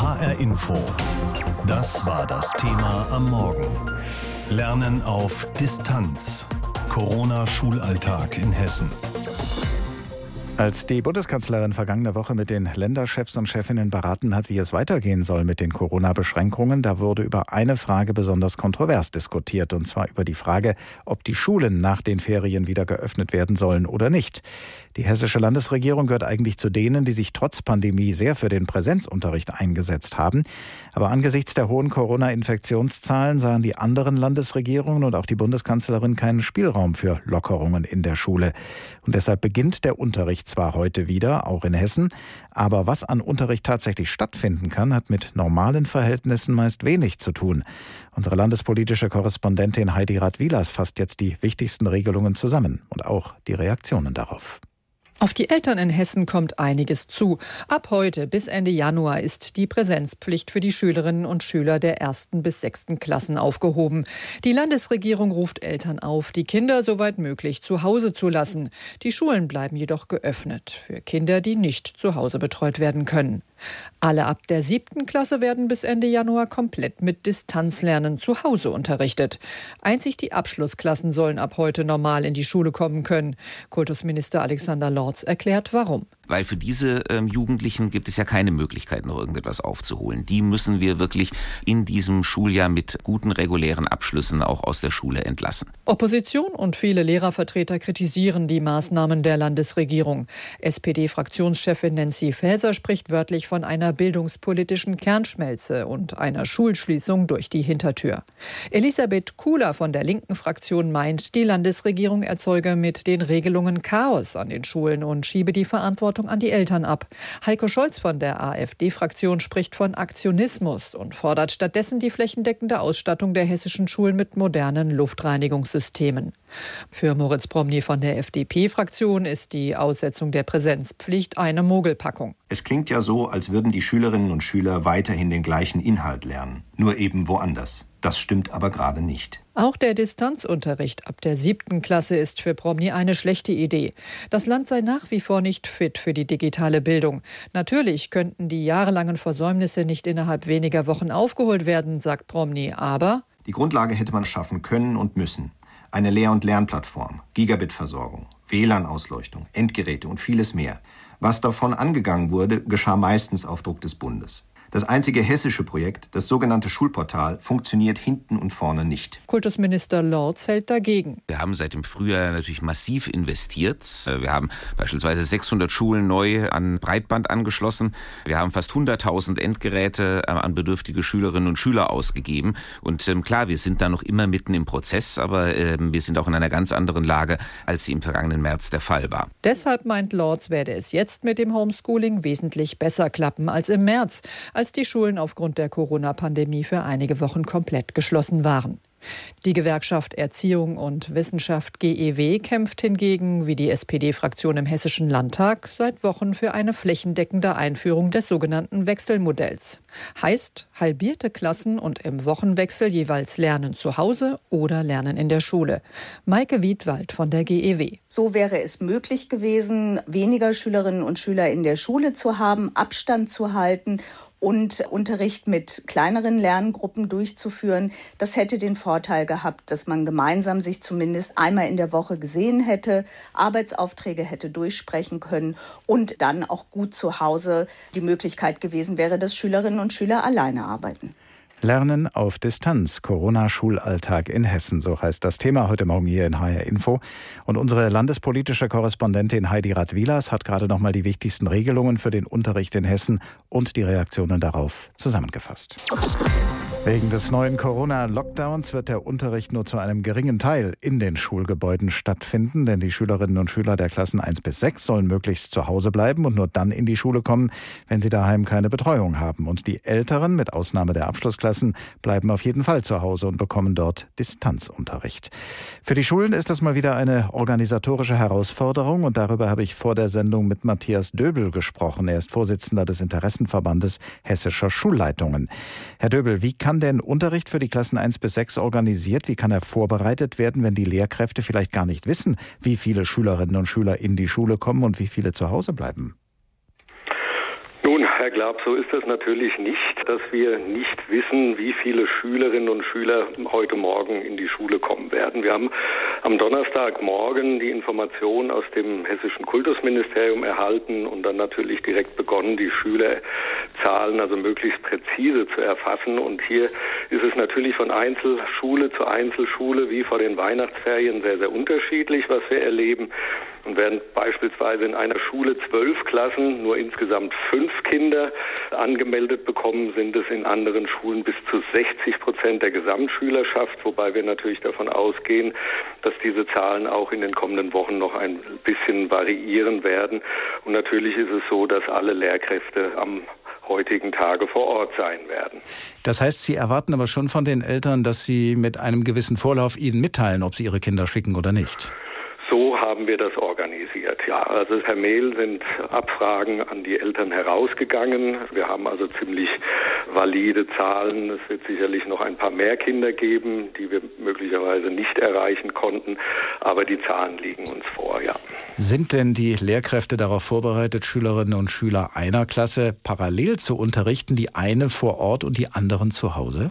HR Info. Das war das Thema am Morgen. Lernen auf Distanz. Corona-Schulalltag in Hessen. Als die Bundeskanzlerin vergangene Woche mit den Länderchefs und Chefinnen beraten hat, wie es weitergehen soll mit den Corona-Beschränkungen, da wurde über eine Frage besonders kontrovers diskutiert, und zwar über die Frage, ob die Schulen nach den Ferien wieder geöffnet werden sollen oder nicht. Die hessische Landesregierung gehört eigentlich zu denen, die sich trotz Pandemie sehr für den Präsenzunterricht eingesetzt haben. Aber angesichts der hohen Corona-Infektionszahlen sahen die anderen Landesregierungen und auch die Bundeskanzlerin keinen Spielraum für Lockerungen in der Schule. Und deshalb beginnt der Unterricht zwar heute wieder, auch in Hessen, aber was an Unterricht tatsächlich stattfinden kann, hat mit normalen Verhältnissen meist wenig zu tun. Unsere landespolitische Korrespondentin Heidi Rath-Wielers fasst jetzt die wichtigsten Regelungen zusammen und auch die Reaktionen darauf. Auf die Eltern in Hessen kommt einiges zu. Ab heute bis Ende Januar ist die Präsenzpflicht für die Schülerinnen und Schüler der 1. bis 6. Klassen aufgehoben. Die Landesregierung ruft Eltern auf, die Kinder soweit möglich zu Hause zu lassen. Die Schulen bleiben jedoch geöffnet für Kinder, die nicht zu Hause betreut werden können. Alle ab der 7. Klasse werden bis Ende Januar komplett mit Distanzlernen zu Hause unterrichtet. Einzig die Abschlussklassen sollen ab heute normal in die Schule kommen können. Kultusminister Alexander Lorz erklärt, warum. Weil für diese Jugendlichen gibt es ja keine Möglichkeit, noch irgendetwas aufzuholen. Die müssen wir wirklich in diesem Schuljahr mit guten regulären Abschlüssen auch aus der Schule entlassen. Opposition und viele Lehrervertreter kritisieren die Maßnahmen der Landesregierung. SPD-Fraktionschefin Nancy Faeser spricht wörtlich von einer bildungspolitischen Kernschmelze und einer Schulschließung durch die Hintertür. Elisabeth Kuhler von der linken Fraktion meint, die Landesregierung erzeuge mit den Regelungen Chaos an den Schulen und schiebe die Verantwortung an die Eltern ab. Heiko Scholz von der AfD-Fraktion spricht von Aktionismus und fordert stattdessen die flächendeckende Ausstattung der hessischen Schulen mit modernen Luftreinigungssystemen. Für Moritz Promny von der FDP-Fraktion ist die Aussetzung der Präsenzpflicht eine Mogelpackung. Es klingt ja so, als würden die Schülerinnen und Schüler weiterhin den gleichen Inhalt lernen, nur eben woanders. Das stimmt aber gerade nicht. Auch der Distanzunterricht ab der 7. Klasse ist für Promny eine schlechte Idee. Das Land sei nach wie vor nicht fit für die digitale Bildung. Natürlich könnten die jahrelangen Versäumnisse nicht innerhalb weniger Wochen aufgeholt werden, sagt Promny, aber die Grundlage hätte man schaffen können und müssen. Eine Lehr- und Lernplattform, Gigabit-Versorgung, WLAN-Ausleuchtung, Endgeräte und vieles mehr. Was davon angegangen wurde, geschah meistens auf Druck des Bundes. Das einzige hessische Projekt, das sogenannte Schulportal, funktioniert hinten und vorne nicht. Kultusminister Lorz hält dagegen. Wir haben seit dem Frühjahr natürlich massiv investiert. Wir haben beispielsweise 600 Schulen neu an Breitband angeschlossen. Wir haben fast 100.000 Endgeräte an bedürftige Schülerinnen und Schüler ausgegeben. Und klar, wir sind da noch immer mitten im Prozess, aber wir sind auch in einer ganz anderen Lage, als sie im vergangenen März der Fall war. Deshalb meint Lorz, werde es jetzt mit dem Homeschooling wesentlich besser klappen als im März, als die Schulen aufgrund der Corona-Pandemie für einige Wochen komplett geschlossen waren. Die Gewerkschaft Erziehung und Wissenschaft GEW kämpft hingegen, wie die SPD-Fraktion im Hessischen Landtag, seit Wochen für eine flächendeckende Einführung des sogenannten Wechselmodells. Heißt, halbierte Klassen und im Wochenwechsel jeweils Lernen zu Hause oder Lernen in der Schule. Maike Wiedwald von der GEW. So wäre es möglich gewesen, weniger Schülerinnen und Schüler in der Schule zu haben, Abstand zu halten und Unterricht mit kleineren Lerngruppen durchzuführen. Das hätte den Vorteil gehabt, dass man gemeinsam sich zumindest einmal in der Woche gesehen hätte, Arbeitsaufträge hätte durchsprechen können und dann auch gut zu Hause die Möglichkeit gewesen wäre, dass Schülerinnen und Schüler alleine arbeiten. Lernen auf Distanz, Corona-Schulalltag in Hessen, so heißt das Thema heute Morgen hier in HR Info. Und unsere landespolitische Korrespondentin Heidi Rath-Wielers hat gerade noch mal die wichtigsten Regelungen für den Unterricht in Hessen und die Reaktionen darauf zusammengefasst. Wegen des neuen Corona-Lockdowns wird der Unterricht nur zu einem geringen Teil in den Schulgebäuden stattfinden, denn die Schülerinnen und Schüler der Klassen 1 bis 6 sollen möglichst zu Hause bleiben und nur dann in die Schule kommen, wenn sie daheim keine Betreuung haben. Und die Älteren, mit Ausnahme der Abschlussklassen, bleiben auf jeden Fall zu Hause und bekommen dort Distanzunterricht. Für die Schulen ist das mal wieder eine organisatorische Herausforderung und darüber habe ich vor der Sendung mit Matthias Döbel gesprochen. Er ist Vorsitzender des Interessenverbandes Hessischer Schulleitungen. Herr Döbel, wie kann denn Unterricht für die Klassen 1 bis 6 organisiert? Wie kann er vorbereitet werden, wenn die Lehrkräfte vielleicht gar nicht wissen, wie viele Schülerinnen und Schüler in die Schule kommen und wie viele zu Hause bleiben? Nun, Herr Glab, so ist es natürlich nicht, dass wir nicht wissen, wie viele Schülerinnen und Schüler heute Morgen in die Schule kommen werden. Wir haben am Donnerstagmorgen die Information aus dem Hessischen Kultusministerium erhalten und dann natürlich direkt begonnen, die Schülerzahlen also möglichst präzise zu erfassen. Und hier ist es natürlich von Einzelschule zu Einzelschule wie vor den Weihnachtsferien sehr, sehr unterschiedlich, was wir erleben. Und während beispielsweise in einer Schule 12 Klassen nur insgesamt 5 Kinder angemeldet bekommen, sind es in anderen Schulen bis zu 60% der Gesamtschülerschaft, wobei wir natürlich davon ausgehen, dass diese Zahlen auch in den kommenden Wochen noch ein bisschen variieren werden. Und natürlich ist es so, dass alle Lehrkräfte am heutigen Tage vor Ort sein werden. Das heißt, Sie erwarten aber schon von den Eltern, dass sie mit einem gewissen Vorlauf Ihnen mitteilen, ob sie ihre Kinder schicken oder nicht. So haben wir das organisiert, ja. Also per Mail sind Abfragen an die Eltern herausgegangen. Wir haben also ziemlich valide Zahlen. Es wird sicherlich noch ein paar mehr Kinder geben, die wir möglicherweise nicht erreichen konnten. Aber die Zahlen liegen uns vor, ja. Sind denn die Lehrkräfte darauf vorbereitet, Schülerinnen und Schüler einer Klasse parallel zu unterrichten, die eine vor Ort und die anderen zu Hause?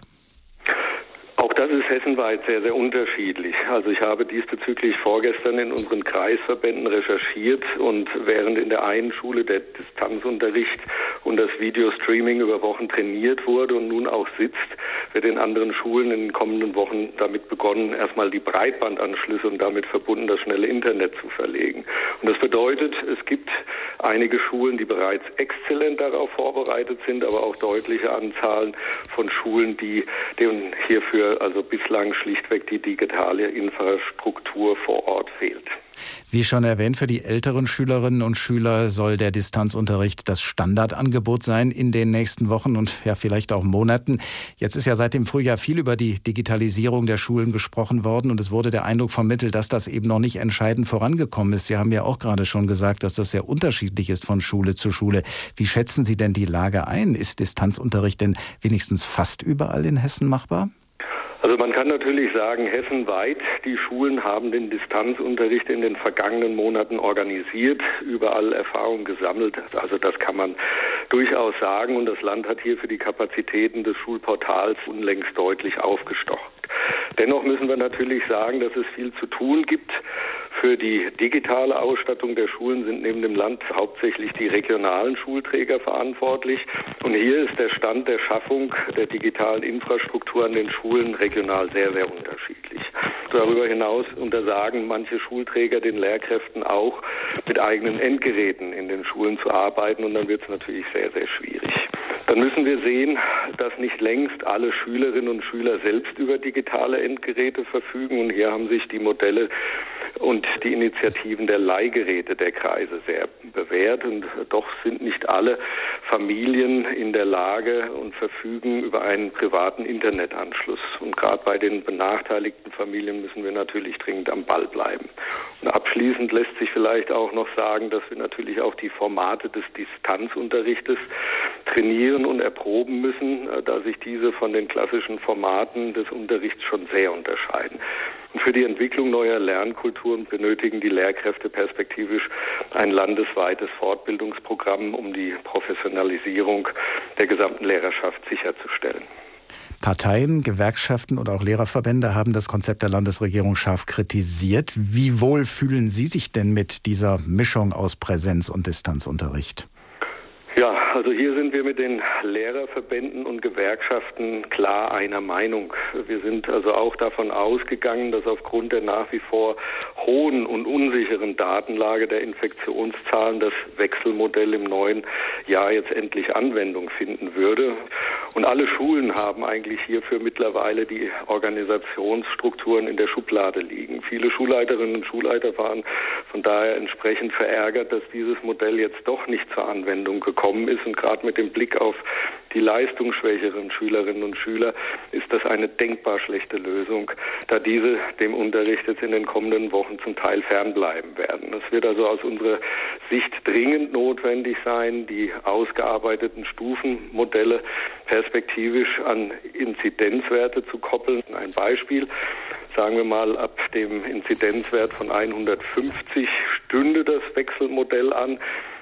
Auch das ist hessenweit sehr, sehr unterschiedlich. Also ich habe diesbezüglich vorgestern in unseren Kreisverbänden recherchiert und während in der einen Schule der Distanzunterricht und das Videostreaming über Wochen trainiert wurde und nun auch sitzt, wird in anderen Schulen in den kommenden Wochen damit begonnen, erstmal die Breitbandanschlüsse und damit verbunden das schnelle Internet zu verlegen. Und das bedeutet, es gibt einige Schulen, die bereits exzellent darauf vorbereitet sind, aber auch deutliche Anzahlen von Schulen, denen hierfür also bislang schlichtweg die digitale Infrastruktur vor Ort fehlt. Wie schon erwähnt, für die älteren Schülerinnen und Schüler soll der Distanzunterricht das Standardangebot sein in den nächsten Wochen und ja vielleicht auch Monaten. Jetzt ist ja seit dem Frühjahr viel über die Digitalisierung der Schulen gesprochen worden und es wurde der Eindruck vermittelt, dass das eben noch nicht entscheidend vorangekommen ist. Sie haben ja auch gerade schon gesagt, dass das sehr unterschiedlich ist von Schule zu Schule. Wie schätzen Sie denn die Lage ein? Ist Distanzunterricht denn wenigstens fast überall in Hessen machbar? Also man kann natürlich sagen, hessenweit, die Schulen haben den Distanzunterricht in den vergangenen Monaten organisiert, überall Erfahrung gesammelt. Also das kann man durchaus sagen und das Land hat hier für die Kapazitäten des Schulportals unlängst deutlich aufgestockt. Dennoch müssen wir natürlich sagen, dass es viel zu tun gibt. Für die digitale Ausstattung der Schulen sind neben dem Land hauptsächlich die regionalen Schulträger verantwortlich. Und hier ist der Stand der Schaffung der digitalen Infrastruktur an den Schulen regional sehr, sehr unterschiedlich. Darüber hinaus untersagen manche Schulträger den Lehrkräften auch, mit eigenen Endgeräten in den Schulen zu arbeiten. Und dann wird es natürlich sehr, sehr schwierig. Dann müssen wir sehen, dass nicht längst alle Schülerinnen und Schüler selbst über digitale Endgeräte verfügen. Und hier haben sich die Modelle und die Initiativen der Leihgeräte der Kreise sehr bewährt. Und doch sind nicht alle Familien in der Lage und verfügen über einen privaten Internetanschluss. Und gerade bei den benachteiligten Familien müssen wir natürlich dringend am Ball bleiben. Und abschließend lässt sich vielleicht auch noch sagen, dass wir natürlich auch die Formate des Distanzunterrichtes trainieren und erproben müssen, da sich diese von den klassischen Formaten des Unterrichts schon sehr unterscheiden. Und für die Entwicklung neuer Lernkulturen benötigen die Lehrkräfte perspektivisch ein landesweites Fortbildungsprogramm, um die Professionalisierung der gesamten Lehrerschaft sicherzustellen. Parteien, Gewerkschaften und auch Lehrerverbände haben das Konzept der Landesregierung scharf kritisiert. Wie wohl fühlen Sie sich denn mit dieser Mischung aus Präsenz- und Distanzunterricht? Ja, also hier sind wir mit den Lehrerverbänden und Gewerkschaften klar einer Meinung. Wir sind also auch davon ausgegangen, dass aufgrund der nach wie vor hohen und unsicheren Datenlage der Infektionszahlen das Wechselmodell im neuen Jahr jetzt endlich Anwendung finden würde. Und alle Schulen haben eigentlich hierfür mittlerweile die Organisationsstrukturen in der Schublade liegen. Viele Schulleiterinnen und Schulleiter waren von daher entsprechend verärgert, dass dieses Modell jetzt doch nicht zur Anwendung gekommen ist. Und gerade mit dem Blick auf die leistungsschwächeren Schülerinnen und Schüler ist das eine denkbar schlechte Lösung, da diese dem Unterricht jetzt in den kommenden Wochen zum Teil fernbleiben werden. Es wird also aus unserer Sicht dringend notwendig sein, die ausgearbeiteten Stufenmodelle perspektivisch an Inzidenzwerte zu koppeln. Ein Beispiel: Sagen wir mal, ab dem Inzidenzwert von 150 stünde das Wechselmodell an.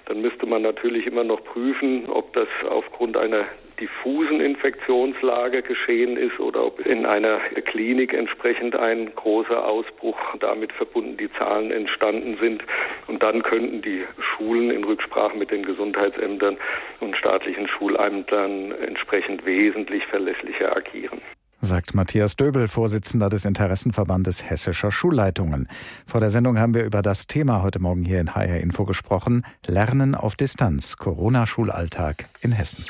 dann müsste man natürlich immer noch prüfen, ob das aufgrund einer diffusen Infektionslage geschehen ist oder ob in einer Klinik entsprechend ein großer Ausbruch damit verbunden die Zahlen entstanden sind. Und dann könnten die Schulen in Rücksprache mit den Gesundheitsämtern und staatlichen Schulämtern entsprechend wesentlich verlässlicher agieren. Sagt Matthias Döbel, Vorsitzender des Interessenverbandes Hessischer Schulleitungen. Vor der Sendung haben wir über das Thema heute Morgen hier in HR Info gesprochen. Lernen auf Distanz, Corona-Schulalltag in Hessen.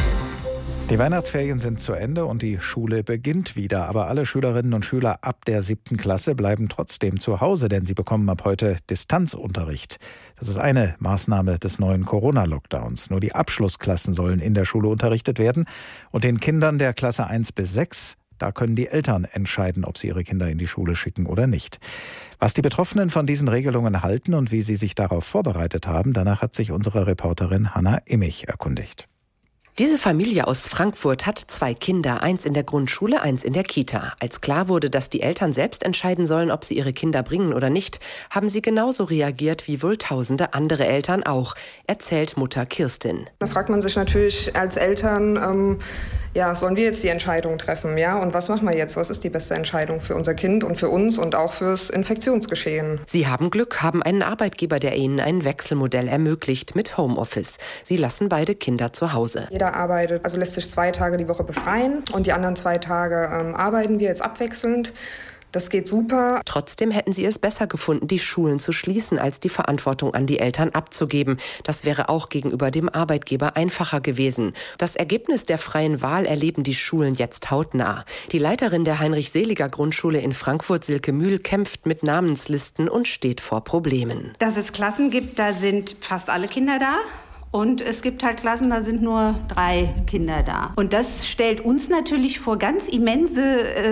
Die Weihnachtsferien sind zu Ende und die Schule beginnt wieder. Aber alle Schülerinnen und Schüler ab der 7. Klasse bleiben trotzdem zu Hause, denn sie bekommen ab heute Distanzunterricht. Das ist eine Maßnahme des neuen Corona-Lockdowns. Nur die Abschlussklassen sollen in der Schule unterrichtet werden. Und den Kindern der Klasse 1 bis 6, da können die Eltern entscheiden, ob sie ihre Kinder in die Schule schicken oder nicht. Was die Betroffenen von diesen Regelungen halten und wie sie sich darauf vorbereitet haben, danach hat sich unsere Reporterin Hanna Immich erkundigt. Diese Familie aus Frankfurt hat 2 Kinder, 1 in der Grundschule, 1 in der Kita. Als klar wurde, dass die Eltern selbst entscheiden sollen, ob sie ihre Kinder bringen oder nicht, haben sie genauso reagiert wie wohl tausende andere Eltern auch, erzählt Mutter Kirstin. Da fragt man sich natürlich als Eltern, sollen wir jetzt die Entscheidung treffen? Ja? Und was machen wir jetzt? Was ist die beste Entscheidung für unser Kind und für uns und auch fürs Infektionsgeschehen? Sie haben Glück, haben einen Arbeitgeber, der ihnen ein Wechselmodell ermöglicht mit Homeoffice. Sie lassen beide Kinder zu Hause. Jeder arbeitet, also lässt sich 2 Tage die Woche befreien und die anderen 2 Tage arbeiten wir jetzt abwechselnd. Das geht super. Trotzdem hätten sie es besser gefunden, die Schulen zu schließen, als die Verantwortung an die Eltern abzugeben. Das wäre auch gegenüber dem Arbeitgeber einfacher gewesen. Das Ergebnis der freien Wahl erleben die Schulen jetzt hautnah. Die Leiterin der Heinrich-Seliger-Grundschule in Frankfurt, Silke Mühl, kämpft mit Namenslisten und steht vor Problemen. Dass es Klassen gibt, da sind fast alle Kinder da. Und es gibt halt Klassen, da sind nur 3 Kinder da. Und das stellt uns natürlich vor ganz immense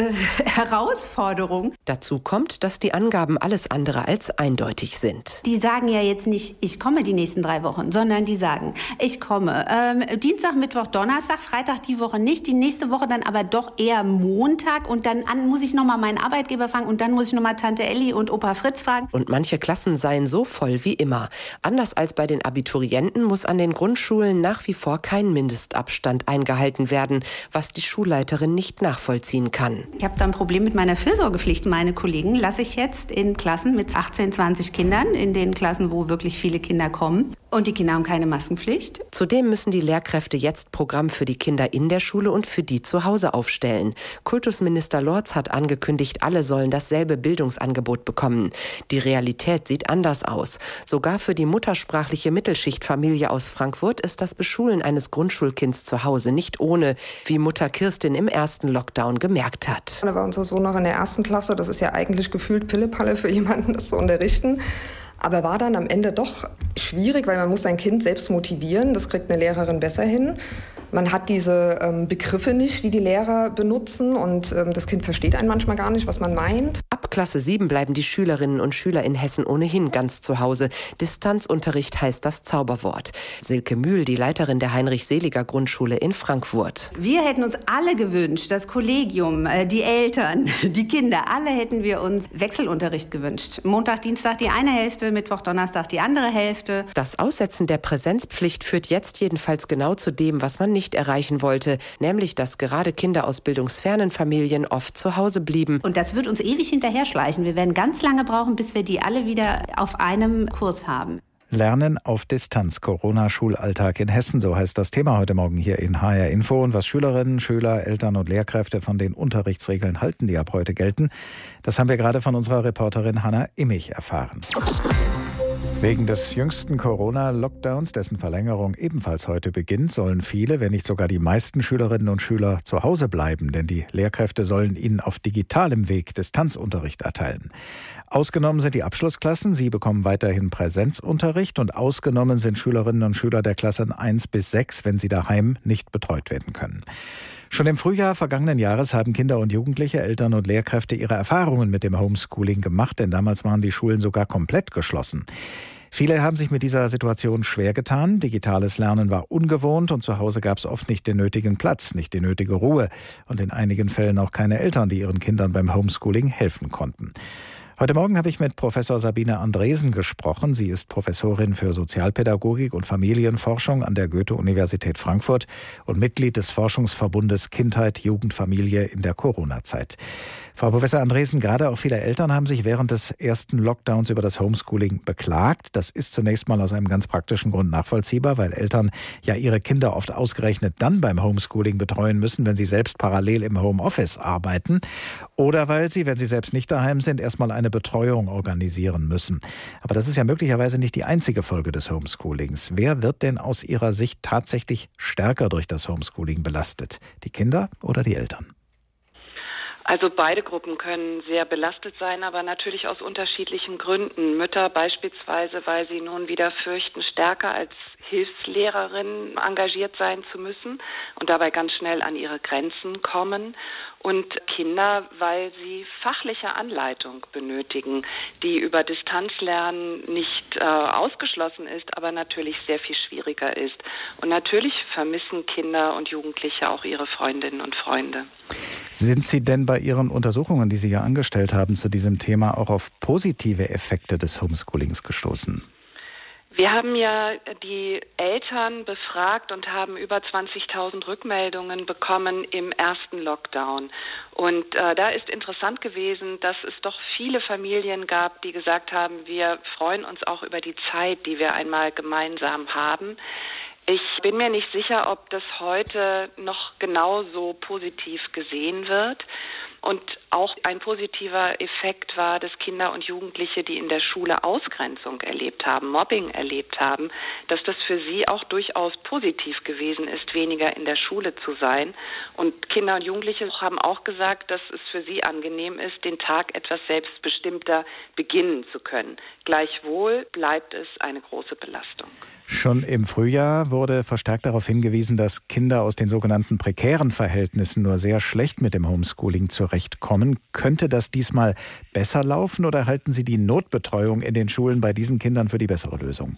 Herausforderungen. Dazu kommt, dass die Angaben alles andere als eindeutig sind. Die sagen ja jetzt nicht, ich komme die nächsten 3 Wochen, sondern die sagen, ich komme Dienstag, Mittwoch, Donnerstag, Freitag die Woche nicht, die nächste Woche dann aber doch eher Montag. Und dann muss ich nochmal meinen Arbeitgeber fragen und dann muss ich nochmal Tante Elli und Opa Fritz fragen. Und manche Klassen seien so voll wie immer. Anders als bei den Abiturienten muss an den Grundschulen nach wie vor kein Mindestabstand eingehalten werden, was die Schulleiterin nicht nachvollziehen kann. Ich habe da ein Problem mit meiner Fürsorgepflicht. Meine Kollegen lasse ich jetzt in Klassen mit 18, 20 Kindern, in den Klassen, wo wirklich viele Kinder kommen. Und die Kinder haben keine Maskenpflicht. Zudem müssen die Lehrkräfte jetzt Programm für die Kinder in der Schule und für die zu Hause aufstellen. Kultusminister Lorz hat angekündigt, alle sollen dasselbe Bildungsangebot bekommen. Die Realität sieht anders aus. Sogar für die muttersprachliche Mittelschichtfamilie aus Frankfurt ist das Beschulen eines Grundschulkinds zu Hause nicht ohne, wie Mutter Kirstin im ersten Lockdown gemerkt hat. Da war unser Sohn noch in der 1. Klasse. Das ist ja eigentlich gefühlt Pillepalle für jemanden, das zu unterrichten. Aber war dann am Ende doch schwierig, weil man muss sein Kind selbst motivieren. Das kriegt eine Lehrerin besser hin. Man hat diese Begriffe nicht, die die Lehrer benutzen. Und das Kind versteht einen manchmal gar nicht, was man meint. Ab Klasse 7 bleiben die Schülerinnen und Schüler in Hessen ohnehin ganz zu Hause. Distanzunterricht heißt das Zauberwort. Silke Mühl, die Leiterin der Heinrich-Seliger-Grundschule in Frankfurt. Wir hätten uns alle gewünscht, das Kollegium, die Eltern, die Kinder, alle hätten wir uns Wechselunterricht gewünscht. Montag, Dienstag die eine Hälfte, Mittwoch, Donnerstag die andere Hälfte. Das Aussetzen der Präsenzpflicht führt jetzt jedenfalls genau zu dem, was man nicht erreichen wollte, nämlich dass gerade Kinder aus bildungsfernen Familien oft zu Hause blieben. Und das wird uns ewig hinterher schleichen. Wir werden ganz lange brauchen, bis wir die alle wieder auf einem Kurs haben. Lernen auf Distanz, Corona-Schulalltag in Hessen, so heißt das Thema heute Morgen hier in HR Info. Und was Schülerinnen, Schüler, Eltern und Lehrkräfte von den Unterrichtsregeln halten, die ab heute gelten, das haben wir gerade von unserer Reporterin Hanna Immich erfahren. Wegen des jüngsten Corona-Lockdowns, dessen Verlängerung ebenfalls heute beginnt, sollen viele, wenn nicht sogar die meisten Schülerinnen und Schüler zu Hause bleiben, denn die Lehrkräfte sollen ihnen auf digitalem Weg Distanzunterricht erteilen. Ausgenommen sind die Abschlussklassen, sie bekommen weiterhin Präsenzunterricht und ausgenommen sind Schülerinnen und Schüler der Klassen 1 bis 6, wenn sie daheim nicht betreut werden können. Schon im Frühjahr vergangenen Jahres haben Kinder und Jugendliche, Eltern und Lehrkräfte ihre Erfahrungen mit dem Homeschooling gemacht, denn damals waren die Schulen sogar komplett geschlossen. Viele haben sich mit dieser Situation schwer getan. Digitales Lernen war ungewohnt und zu Hause gab es oft nicht den nötigen Platz, nicht die nötige Ruhe und in einigen Fällen auch keine Eltern, die ihren Kindern beim Homeschooling helfen konnten. Heute Morgen habe ich mit Professor Sabine Andresen gesprochen. Sie ist Professorin für Sozialpädagogik und Familienforschung an der Goethe-Universität Frankfurt und Mitglied des Forschungsverbundes Kindheit, Jugend, Familie in der Corona-Zeit. Frau Professor Andresen, gerade auch viele Eltern haben sich während des ersten Lockdowns über das Homeschooling beklagt. Das ist zunächst mal aus einem ganz praktischen Grund nachvollziehbar, weil Eltern ja ihre Kinder oft ausgerechnet dann beim Homeschooling betreuen müssen, wenn sie selbst parallel im Homeoffice arbeiten. Oder weil sie, wenn sie selbst nicht daheim sind, erstmal eine Betreuung organisieren müssen. Aber das ist ja möglicherweise nicht die einzige Folge des Homeschoolings. Wer wird denn aus Ihrer Sicht tatsächlich stärker durch das Homeschooling belastet? Die Kinder oder die Eltern? Also beide Gruppen können sehr belastet sein, aber natürlich aus unterschiedlichen Gründen. Mütter beispielsweise, weil sie nun wieder fürchten, stärker als Hilfslehrerin engagiert sein zu müssen und dabei ganz schnell an ihre Grenzen kommen. Und Kinder, weil sie fachliche Anleitung benötigen, die über Distanzlernen nicht ausgeschlossen ist, aber natürlich sehr viel schwieriger ist. Und natürlich vermissen Kinder und Jugendliche auch ihre Freundinnen und Freunde. Sind Sie denn bei Ihren Untersuchungen, die Sie ja angestellt haben zu diesem Thema, auch auf positive Effekte des Homeschoolings gestoßen? Wir haben ja die Eltern befragt und haben über 20.000 Rückmeldungen bekommen im ersten Lockdown. Und da ist interessant gewesen, dass es doch viele Familien gab, die gesagt haben, wir freuen uns auch über die Zeit, die wir einmal gemeinsam haben. Ich bin mir nicht sicher, ob das heute noch genauso positiv gesehen wird. Und auch ein positiver Effekt war, dass Kinder und Jugendliche, die in der Schule Ausgrenzung erlebt haben, Mobbing erlebt haben, dass das für sie auch durchaus positiv gewesen ist, weniger in der Schule zu sein. Und Kinder und Jugendliche haben auch gesagt, dass es für sie angenehm ist, den Tag etwas selbstbestimmter beginnen zu können. Gleichwohl bleibt es eine große Belastung. Schon im Frühjahr wurde verstärkt darauf hingewiesen, dass Kinder aus den sogenannten prekären Verhältnissen nur sehr schlecht mit dem Homeschooling zurechtkommen. Könnte das diesmal besser laufen oder halten Sie die Notbetreuung in den Schulen bei diesen Kindern für die bessere Lösung?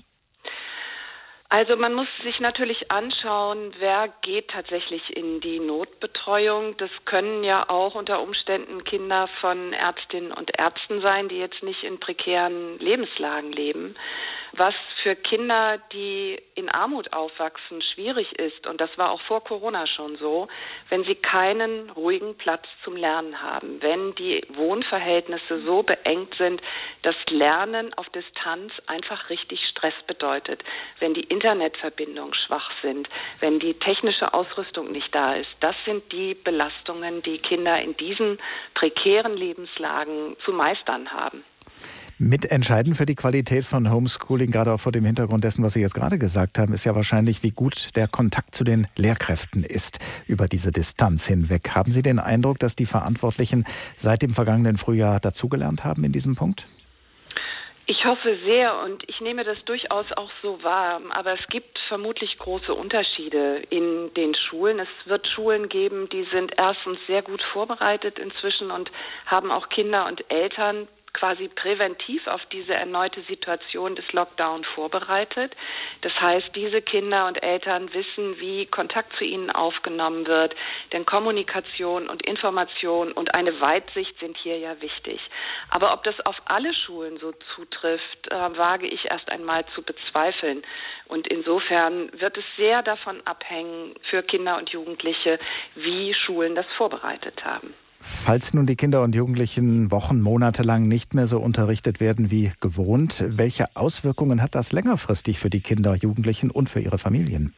Also man muss sich natürlich anschauen, wer geht tatsächlich in die Notbetreuung. Das können ja auch unter Umständen Kinder von Ärztinnen und Ärzten sein, die jetzt nicht in prekären Lebenslagen leben. Was für Kinder, die in Armut aufwachsen, schwierig ist, und das war auch vor Corona schon so, wenn sie keinen ruhigen Platz zum Lernen haben, wenn die Wohnverhältnisse so beengt sind, dass Lernen auf Distanz einfach richtig Stress bedeutet, wenn die Internetverbindungen schwach sind, wenn die technische Ausrüstung nicht da ist. Das sind die Belastungen, die Kinder in diesen prekären Lebenslagen zu meistern haben. Mitentscheidend für die Qualität von Homeschooling, gerade auch vor dem Hintergrund dessen, was Sie jetzt gerade gesagt haben, ist ja wahrscheinlich, wie gut der Kontakt zu den Lehrkräften ist über diese Distanz hinweg. Haben Sie den Eindruck, dass die Verantwortlichen seit dem vergangenen Frühjahr dazugelernt haben in diesem Punkt? Ich hoffe sehr und ich nehme das durchaus auch so wahr. Aber es gibt vermutlich große Unterschiede in den Schulen. Es wird Schulen geben, die sind erstens sehr gut vorbereitet inzwischen und haben auch Kinder und Eltern quasi präventiv auf diese erneute Situation des Lockdown vorbereitet. Das heißt, diese Kinder und Eltern wissen, wie Kontakt zu ihnen aufgenommen wird, denn Kommunikation und Information und eine Weitsicht sind hier ja wichtig. Aber ob das auf alle Schulen so zutrifft, wage ich erst einmal zu bezweifeln. Und insofern wird es sehr davon abhängen für Kinder und Jugendliche, wie Schulen das vorbereitet haben. Falls nun die Kinder und Jugendlichen Wochen, Monate lang nicht mehr so unterrichtet werden wie gewohnt, welche Auswirkungen hat das längerfristig für die Kinder, Jugendlichen und für ihre Familien?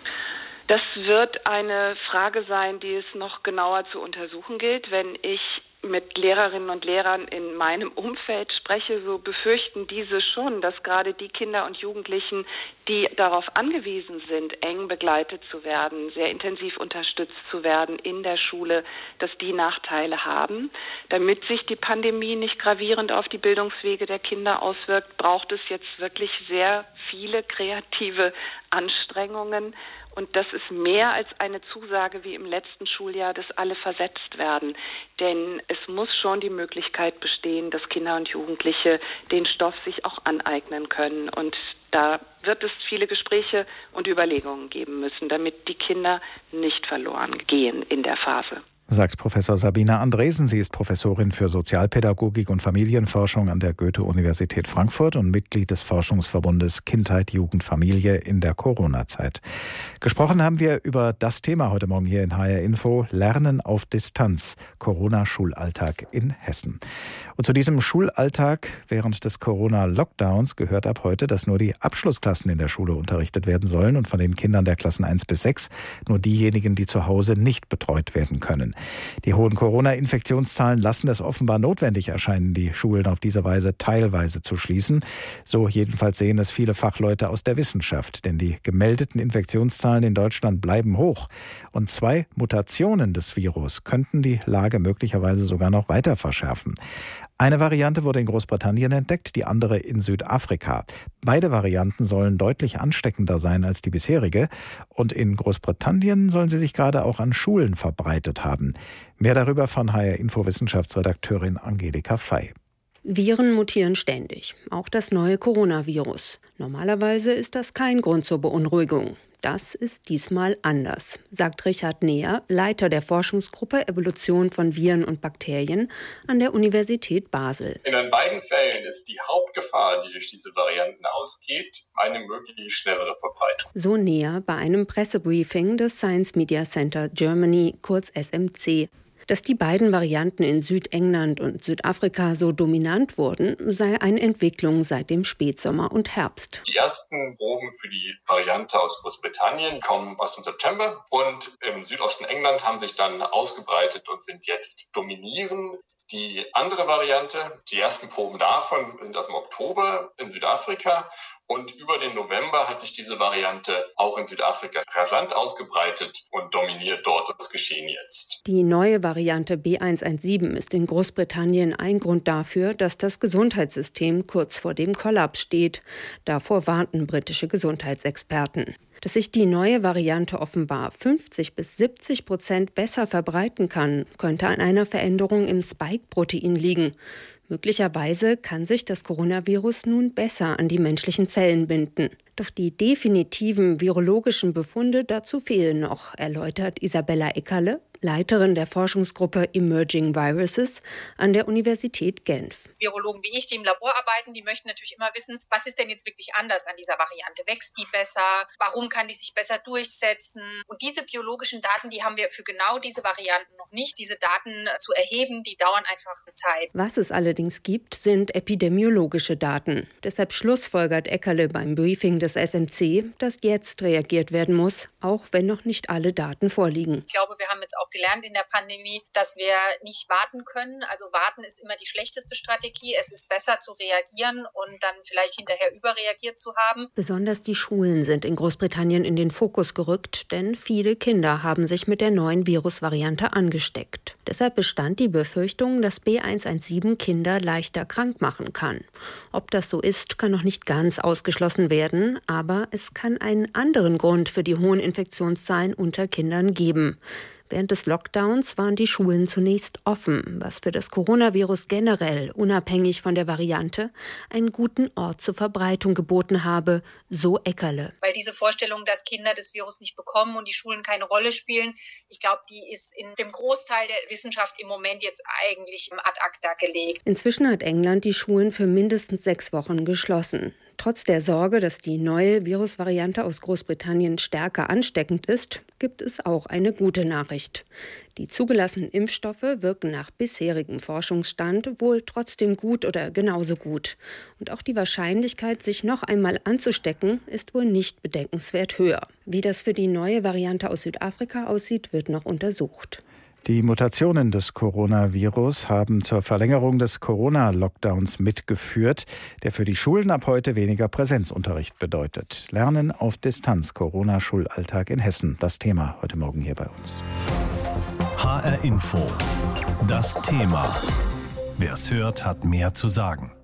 Das wird eine Frage sein, die es noch genauer zu untersuchen gilt. Wenn ich mit Lehrerinnen und Lehrern in meinem Umfeld spreche, so befürchten diese schon, dass gerade die Kinder und Jugendlichen, die darauf angewiesen sind, eng begleitet zu werden, sehr intensiv unterstützt zu werden in der Schule, dass die Nachteile haben. Damit sich die Pandemie nicht gravierend auf die Bildungswege der Kinder auswirkt, braucht es jetzt wirklich sehr viele kreative Anstrengungen. Und das ist mehr als eine Zusage wie im letzten Schuljahr, dass alle versetzt werden. Denn es muss schon die Möglichkeit bestehen, dass Kinder und Jugendliche den Stoff sich auch aneignen können. Und da wird es viele Gespräche und Überlegungen geben müssen, damit die Kinder nicht verloren gehen in der Phase. Sagt Professor Sabine Andresen. Sie ist Professorin für Sozialpädagogik und Familienforschung an der Goethe-Universität Frankfurt und Mitglied des Forschungsverbundes Kindheit, Jugend, Familie in der Corona-Zeit. Gesprochen haben wir über das Thema heute Morgen hier in HR Info: Lernen auf Distanz, Corona-Schulalltag in Hessen. Und zu diesem Schulalltag während des Corona-Lockdowns gehört ab heute, dass nur die Abschlussklassen in der Schule unterrichtet werden sollen und von den Kindern der Klassen 1 bis 6 nur diejenigen, die zu Hause nicht betreut werden können. Die hohen Corona-Infektionszahlen lassen es offenbar notwendig erscheinen, die Schulen auf diese Weise teilweise zu schließen. So jedenfalls sehen es viele Fachleute aus der Wissenschaft. Denn die gemeldeten Infektionszahlen in Deutschland bleiben hoch. Und 2 Mutationen des Virus könnten die Lage möglicherweise sogar noch weiter verschärfen. Eine Variante wurde in Großbritannien entdeckt, die andere in Südafrika. Beide Varianten sollen deutlich ansteckender sein als die bisherige. Und in Großbritannien sollen sie sich gerade auch an Schulen verbreitet haben. Mehr darüber von HR Info Wissenschaftsredakteurin Angelika Fey. Viren mutieren ständig, auch das neue Coronavirus. Normalerweise ist das kein Grund zur Beunruhigung. Das ist diesmal anders, sagt Richard Neher, Leiter der Forschungsgruppe Evolution von Viren und Bakterien an der Universität Basel. In den beiden Fällen ist die Hauptgefahr, die durch diese Varianten ausgeht, eine mögliche schnellere Verbreitung. So Neher bei einem Pressebriefing des Science Media Center Germany, kurz SMC. Dass die beiden Varianten in Südengland und Südafrika so dominant wurden, sei eine Entwicklung seit dem Spätsommer und Herbst. Die ersten Proben für die Variante aus Großbritannien kommen aus dem September und im Südosten England haben sich dann ausgebreitet und sind jetzt dominierend. Die andere Variante, die ersten Proben davon sind aus dem Oktober in Südafrika und über den November hat sich diese Variante auch in Südafrika rasant ausgebreitet und dominiert dort das Geschehen jetzt. Die neue Variante B117 ist in Großbritannien ein Grund dafür, dass das Gesundheitssystem kurz vor dem Kollaps steht. Davor warnten britische Gesundheitsexperten. Dass sich die neue Variante offenbar 50-70% besser verbreiten kann, könnte an einer Veränderung im Spike-Protein liegen. Möglicherweise kann sich das Coronavirus nun besser an die menschlichen Zellen binden. Doch die definitiven virologischen Befunde dazu fehlen noch, erläutert Isabella Eckerle, Leiterin der Forschungsgruppe Emerging Viruses an der Universität Genf. Virologen wie ich, die im Labor arbeiten, die möchten natürlich immer wissen, was ist denn jetzt wirklich anders an dieser Variante? Wächst die besser? Warum kann die sich besser durchsetzen? Und diese biologischen Daten, die haben wir für genau diese Varianten noch nicht. Diese Daten zu erheben, die dauern einfach Zeit. Was es allerdings gibt, sind epidemiologische Daten. Deshalb schlussfolgert Eckerle beim Briefing des SMC, dass jetzt reagiert werden muss, auch wenn noch nicht alle Daten vorliegen. Ich glaube, wir haben jetzt auch gelernt in der Pandemie, dass wir nicht warten können. Also warten ist immer die schlechteste Strategie. Es ist besser zu reagieren und dann vielleicht hinterher überreagiert zu haben. Besonders die Schulen sind in Großbritannien in den Fokus gerückt, denn viele Kinder haben sich mit der neuen Virusvariante angesteckt. Deshalb bestand die Befürchtung, dass B117 Kinder leichter krank machen kann. Ob das so ist, kann noch nicht ganz ausgeschlossen werden, aber es kann einen anderen Grund für die hohen Infektionszahlen unter Kindern geben. Während des Lockdowns waren die Schulen zunächst offen, was für das Coronavirus generell, unabhängig von der Variante, einen guten Ort zur Verbreitung geboten habe, so Eckerle. Weil diese Vorstellung, dass Kinder das Virus nicht bekommen und die Schulen keine Rolle spielen, ich glaube, die ist in dem Großteil der Wissenschaft im Moment jetzt eigentlich ad acta gelegt. Inzwischen hat England die Schulen für mindestens 6 Wochen geschlossen. Trotz der Sorge, dass die neue Virusvariante aus Großbritannien stärker ansteckend ist, gibt es auch eine gute Nachricht. Die zugelassenen Impfstoffe wirken nach bisherigem Forschungsstand wohl trotzdem gut oder genauso gut. Und auch die Wahrscheinlichkeit, sich noch einmal anzustecken, ist wohl nicht bedenkenswert höher. Wie das für die neue Variante aus Südafrika aussieht, wird noch untersucht. Die Mutationen des Coronavirus haben zur Verlängerung des Corona-Lockdowns mitgeführt, der für die Schulen ab heute weniger Präsenzunterricht bedeutet. Lernen auf Distanz, Corona-Schulalltag in Hessen. Das Thema heute Morgen hier bei uns. HR Info. Das Thema. Wer es hört, hat mehr zu sagen.